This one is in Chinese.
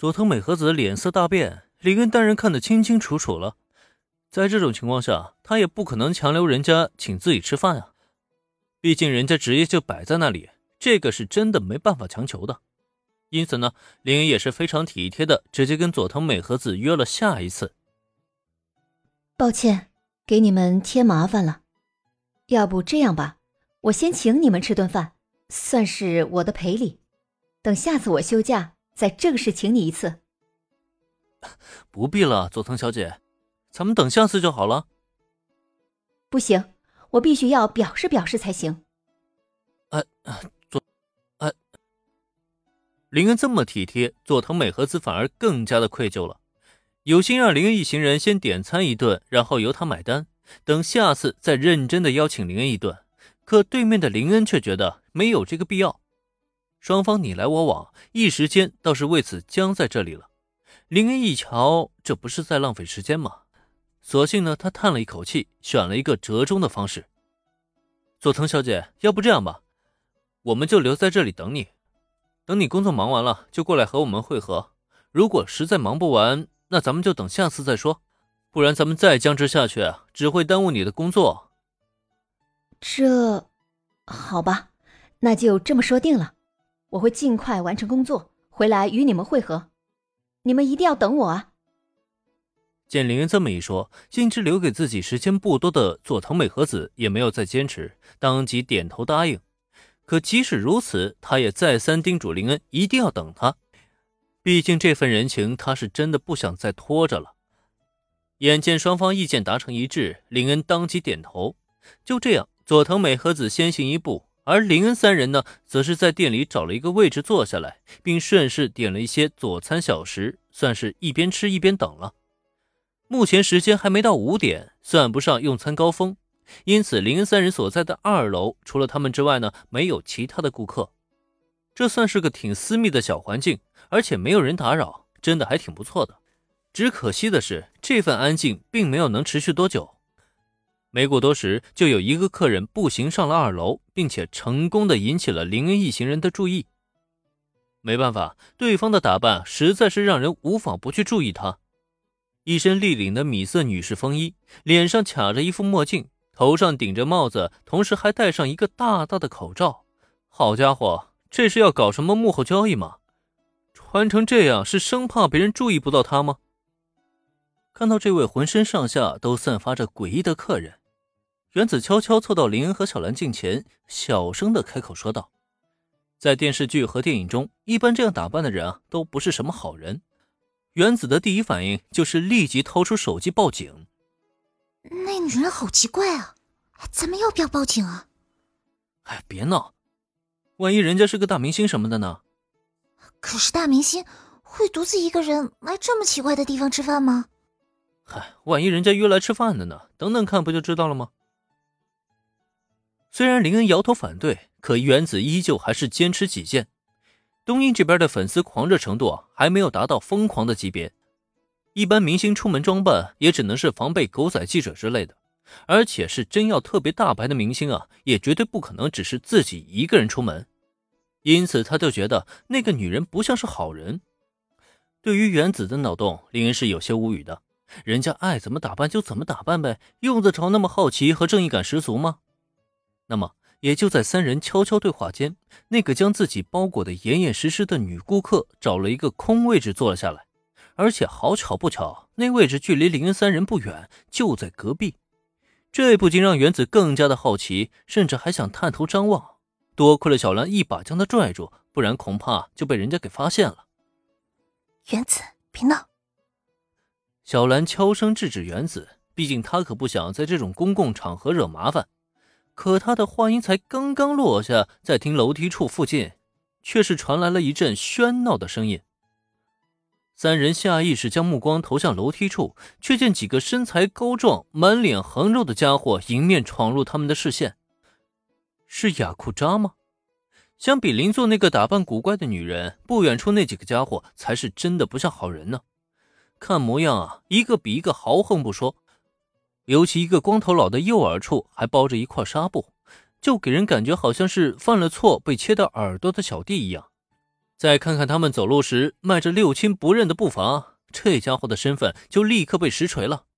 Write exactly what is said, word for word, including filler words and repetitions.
佐藤美和子脸色大变，林恩当然看得清清楚楚了。在这种情况下，他也不可能强留人家请自己吃饭啊，毕竟人家职业就摆在那里，这个是真的没办法强求的。因此呢，林恩也是非常体贴的，直接跟佐藤美和子约了下一次。 抱歉，给你们添麻烦了。要不这样吧，我先请你们吃顿饭，算是我的赔礼。等下次我休假，再正式请你一次。 不必了，佐藤小姐，咱们等下次就好了。 不行，我必须要表示表示才行。 呃，佐，呃，林恩这么体贴，佐藤美和子反而更加的愧疚了。有心让林恩一行人先点餐一顿，然后由他买单，等下次再认真的邀请林恩一顿。可对面的林恩却觉得没有这个必要。双方你来我往，一时间倒是为此僵在这里了。林恩一瞧，这不是在浪费时间吗？索性呢，他叹了一口气，选了一个折中的方式。佐藤小姐，要不这样吧，我们就留在这里等你，等你工作忙完了就过来和我们会合。如果实在忙不完，那咱们就等下次再说，不然咱们再僵持下去，只会耽误你的工作。 这，好吧，那就这么说定了。我会尽快完成工作，回来与你们会合。你们一定要等我啊！ 见林恩这么一说，心知留给自己时间不多的佐藤美和子也没有再坚持，当即点头答应。可即使如此，他也再三叮嘱林恩一定要等他，毕竟这份人情他是真的不想再拖着了。眼见双方意见达成一致，林恩当即点头。就这样，佐藤美和子先行一步，而林恩三人呢，则是在店里找了一个位置坐下来，并顺势点了一些佐餐小食，算是一边吃一边等了。目前时间还没到五点，算不上用餐高峰，因此林恩三人所在的二楼除了他们之外呢，没有其他的顾客。这算是个挺私密的小环境，而且没有人打扰，真的还挺不错的。只可惜的是，这份安静并没有能持续多久。没过多时，就有一个客人步行上了二楼，并且成功的引起了林恩一行人的注意。没办法，对方的打扮实在是让人无法不去注意他。一身立领的米色女士风衣，脸上卡着一副墨镜，头上顶着帽子，同时还戴上一个大大的口罩。好家伙，这是要搞什么幕后交易吗？穿成这样是生怕别人注意不到他吗？看到这位浑身上下都散发着诡异的客人，原子悄悄凑到林恩和小兰近前，小声地开口说道。在电视剧和电影中，一般这样打扮的人啊，都不是什么好人。原子的第一反应就是立即掏出手机报警。 那女人好奇怪啊，咱们要不要报警啊？ 哎，别闹，万一人家是个大明星什么的呢？ 可是大明星会独自一个人来这么奇怪的地方吃饭吗？ 嗨，万一人家约来吃饭的呢？等等看不就知道了吗？虽然林恩摇头反对，可原子依旧还是坚持己见。东映这边的粉丝狂热程度啊，还没有达到疯狂的级别。一般明星出门装扮也只能是防备狗仔记者之类的，而且是真要特别大牌的明星啊，也绝对不可能只是自己一个人出门。因此他就觉得那个女人不像是好人。对于原子的脑洞，林恩是有些无语的。人家爱怎么打扮就怎么打扮呗，用得着那么好奇和正义感十足吗？那么也就在三人悄悄对话间，那个将自己包裹得严严实实的女顾客找了一个空位置坐了下来，而且好巧不巧，那位置距离林恩三人不远，就在隔壁。这不禁让原子更加的好奇，甚至还想探头张望。多亏了小兰一把将他拽住，不然恐怕就被人家给发现了。 原子，别闹！ 小兰悄声制止原子，毕竟她可不想在这种公共场合惹麻烦。可他的话音才刚刚落下，在听楼梯处附近却是传来了一阵喧闹的声音。三人下意识将目光投向楼梯处，却见几个身材高壮满脸横肉的家伙迎面闯入他们的视线。是雅库扎吗？相比邻座那个打扮古怪的女人，不远处那几个家伙才是真的不像好人呢。看模样啊，一个比一个豪横不说，尤其一个光头佬的右耳处还包着一块纱布，就给人感觉好像是犯了错被切掉耳朵的小弟一样。 再看看他们走路时迈着六亲不认的步伐，这家伙的身份就立刻被实锤了。